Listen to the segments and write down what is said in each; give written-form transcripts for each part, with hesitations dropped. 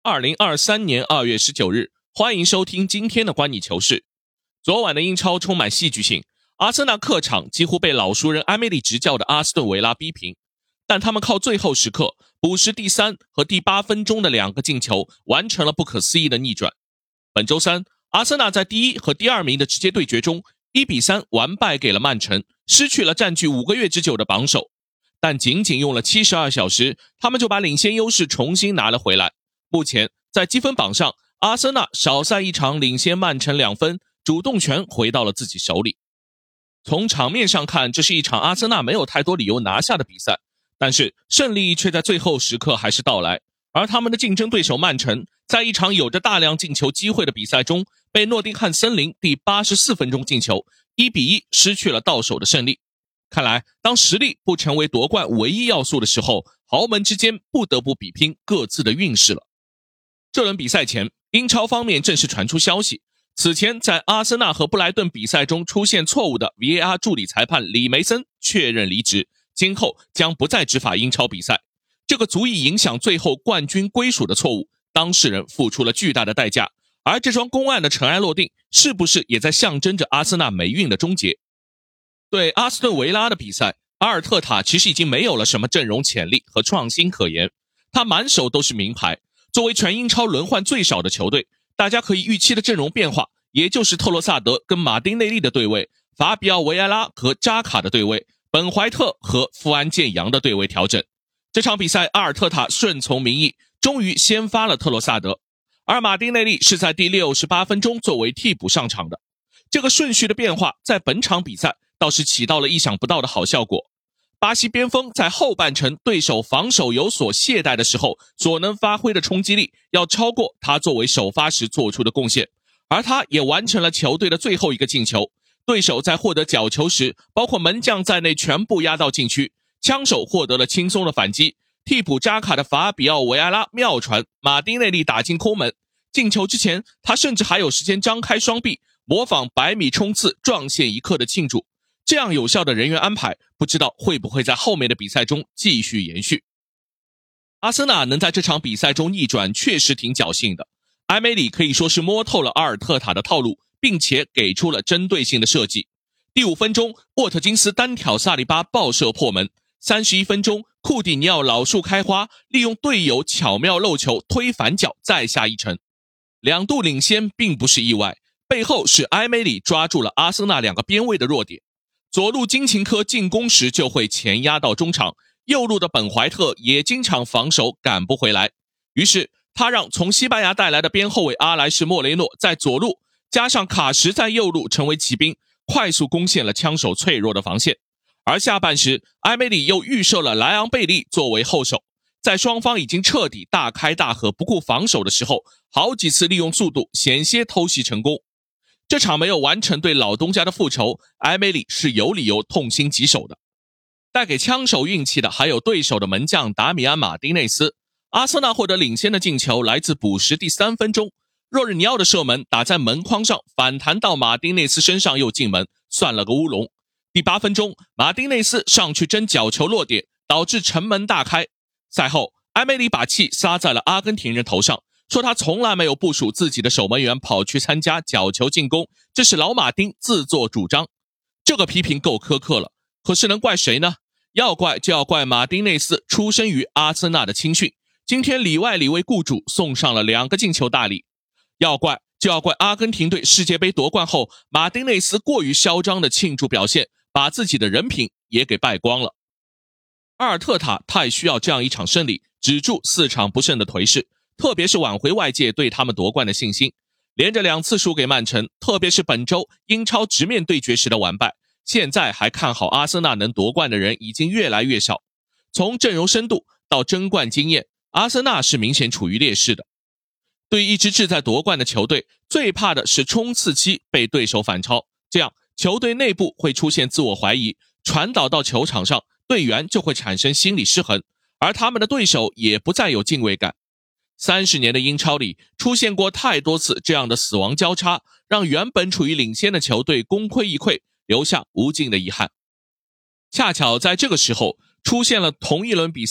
2023年2月19日，欢迎收听今天的观你球事。昨晚的英超充满戏剧性，阿森纳客场几乎被老熟人埃梅里执教的阿斯顿维拉逼平，但他们靠最后时刻补时第3和第8分钟的2个进球，完成了不可思议的逆转。本周三，阿森纳在第1和第2名的直接对决中1-3完败给了曼城，失去了占据5个月之久的榜首。但仅仅用了72小时，他们就把领先优势重新拿了回来。目前在积分榜上，阿森纳少赛一场领先曼城2分，主动权回到了自己手里。从场面上看，这是一场阿森纳没有太多理由拿下的比赛，但是胜利却在最后时刻还是到来。而他们的竞争对手曼城，在一场有着大量进球机会的比赛中，被诺丁汉森林第84分钟进球1-1失去了到手的胜利。看来当实力不成为夺冠唯一要素的时候，豪门之间不得不比拼各自的运势了。这轮比赛前，英超方面正式传出消息，此前在阿森纳和布莱顿比赛中出现错误的 VAR 助理裁判李梅森确认离职，今后将不再执法英超比赛。这个足以影响最后冠军归属的错误，当事人付出了巨大的代价，而这桩公案的尘埃落定，是不是也在象征着阿森纳霉运的终结？对阿斯顿维拉的比赛，阿尔特塔其实已经没有了什么阵容潜力和创新可言，他满手都是名牌。作为全英超轮换最少的球队，大家可以预期的阵容变化，也就是特洛萨德跟马丁内利的对位，法比奥维埃拉和扎卡的对位，本怀特和富安健洋的对位调整。这场比赛阿尔特塔顺从民意，终于先发了特洛萨德，而马丁内利是在第68分钟作为替补上场的。这个顺序的变化在本场比赛倒是起到了意想不到的好效果。巴西边锋在后半程对手防守有所懈怠的时候，所能发挥的冲击力要超过他作为首发时做出的贡献，而他也完成了球队的最后一个进球。对手在获得角球时，包括门将在内全部压到禁区，枪手获得了轻松的反击，替补扎卡的法比奥维埃拉妙传，马丁内利打进空门。进球之前，他甚至还有时间张开双臂，模仿100米冲刺撞线一刻的庆祝。这样有效的人员安排，不知道会不会在后面的比赛中继续延续。阿森纳能在这场比赛中逆转确实挺侥幸的，埃梅里可以说是摸透了阿尔特塔的套路，并且给出了针对性的设计。第5分钟，沃特金斯单挑萨利巴爆射破门；31分钟，库蒂尼奥老树开花，利用队友巧妙漏球推反脚再下一城。2度领先并不是意外，背后是埃梅里抓住了阿森纳2个边卫的弱点。左路金琴科进攻时就会前压到中场，右路的本怀特也经常防守赶不回来，于是他让从西班牙带来的边后卫阿莱什莫雷诺在左路，加上卡什在右路成为骑兵，快速攻陷了枪手脆弱的防线。而下半时，埃梅里又预设了莱昂贝利作为后手，在双方已经彻底大开大合不顾防守的时候，好几次利用速度险些偷袭成功。这场没有完成对老东家的复仇，埃梅里是有理由痛心疾首的。带给枪手运气的还有对手的门将达米安·马丁内斯。阿森纳获得领先的进球来自补时第3分钟，若日尼奥的射门打在门框上，反弹到马丁内斯身上又进门，算了个乌龙。第8分钟，马丁内斯上去争角球落点，导致城门大开。赛后，埃梅里把气撒在了阿根廷人头上，说他从来没有部署自己的守门员跑去参加角球进攻，这是老马丁自作主张。这个批评够苛刻了，可是能怪谁呢？要怪就要怪马丁内斯出身于阿森纳的青训，今天里外里为雇主送上了2个进球大礼。要怪就要怪阿根廷队世界杯夺冠后，马丁内斯过于嚣张的庆祝表现，把自己的人品也给败光了。阿尔特塔太需要这样一场胜利，止住4场不胜的颓势，特别是挽回外界对他们夺冠的信心。连着2次输给曼城，特别是本周英超直面对决时的完败，现在还看好阿森纳能夺冠的人已经越来越少。从阵容深度到争冠经验，阿森纳是明显处于劣势的。对于一支志在夺冠的球队，最怕的是冲刺期被对手反超，这样球队内部会出现自我怀疑，传导到球场上，队员就会产生心理失衡，而他们的对手也不再有敬畏感。30年的英超里出现过太多次这样的死亡交叉，让原本处于领先的球队功亏一篑，留下无尽的遗憾。恰巧在这个时候出现了同一轮比赛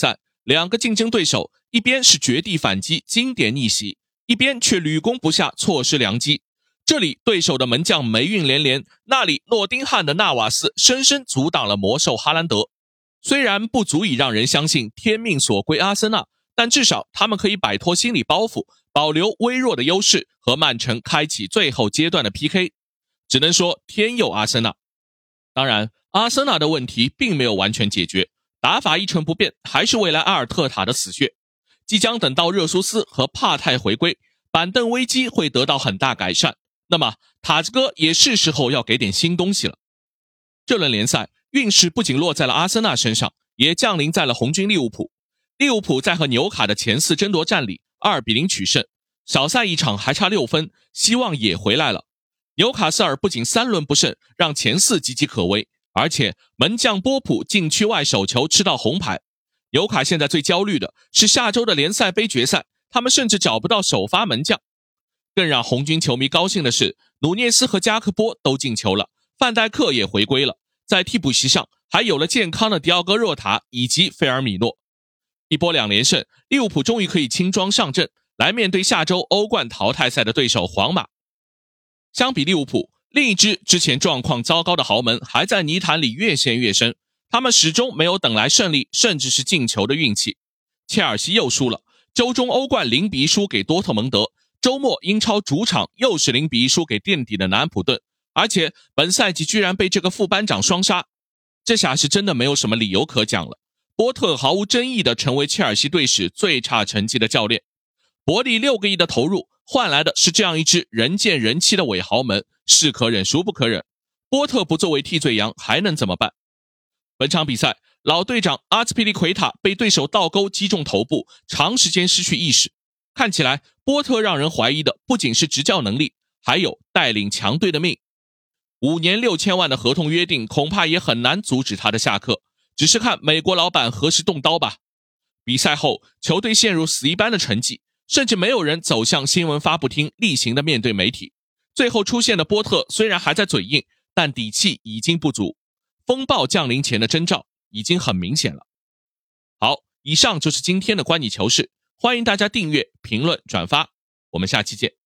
两个竞争对手，一边是绝地反击经典逆袭，一边却屡攻不下错失良机。这里对手的门将霉运连连，那里诺丁汉的纳瓦斯深深阻挡了魔兽哈兰德。虽然不足以让人相信天命所归阿森纳，但至少他们可以摆脱心理包袱，保留微弱的优势，和曼城开启最后阶段的 PK。 只能说天佑阿森纳。当然，阿森纳的问题并没有完全解决，打法一成不变，还是未来阿尔特塔的死穴。即将等到热苏斯和帕泰回归，板凳危机会得到很大改善，那么塔子哥也是时候要给点新东西了。这轮联赛运势不仅落在了阿森纳身上，也降临在了红军利物浦。利物浦在和纽卡的前4争夺战里2-0取胜，小赛一场还差6分，希望也回来了。纽卡斯尔不仅3轮不胜，让前4岌岌可危，而且门将波普禁区外手球吃到红牌。纽卡现在最焦虑的是下周的联赛杯决赛，他们甚至找不到首发门将。更让红军球迷高兴的是，努涅斯和加克波都进球了，范戴克也回归了，在替补席上还有了健康的迪奥戈若塔以及费尔米诺。一波2连胜，利物浦终于可以轻装上阵，来面对下周欧冠淘汰赛的对手皇马。相比利物浦，另一支之前状况糟糕的豪门还在泥潭里越陷越深，他们始终没有等来胜利甚至是进球的运气。切尔西又输了，周中欧冠0-1输给多特蒙德，周末英超主场又是0-1输给垫底的南安普顿，而且本赛季居然被这个副班长双杀，这下是真的没有什么理由可讲了。波特毫无争议地成为切尔西队史最差成绩的教练，伯利6个亿的投入换来的是这样一支人见人欺的伪豪门，是可忍孰不可忍。波特不作为替罪羊还能怎么办？本场比赛，老队长阿兹皮利奎塔被对手倒钩击中头部，长时间失去意识。看起来波特让人怀疑的不仅是执教能力，还有带领强队的命。5年6千万的合同约定恐怕也很难阻止他的下课，只是看美国老板何时动刀吧。比赛后，球队陷入死一般的沉寂，甚至没有人走向新闻发布厅例行的面对媒体。最后出现的波特虽然还在嘴硬，但底气已经不足，风暴降临前的征兆已经很明显了。好，以上就是今天的观你球事，欢迎大家订阅、评论、转发，我们下期见。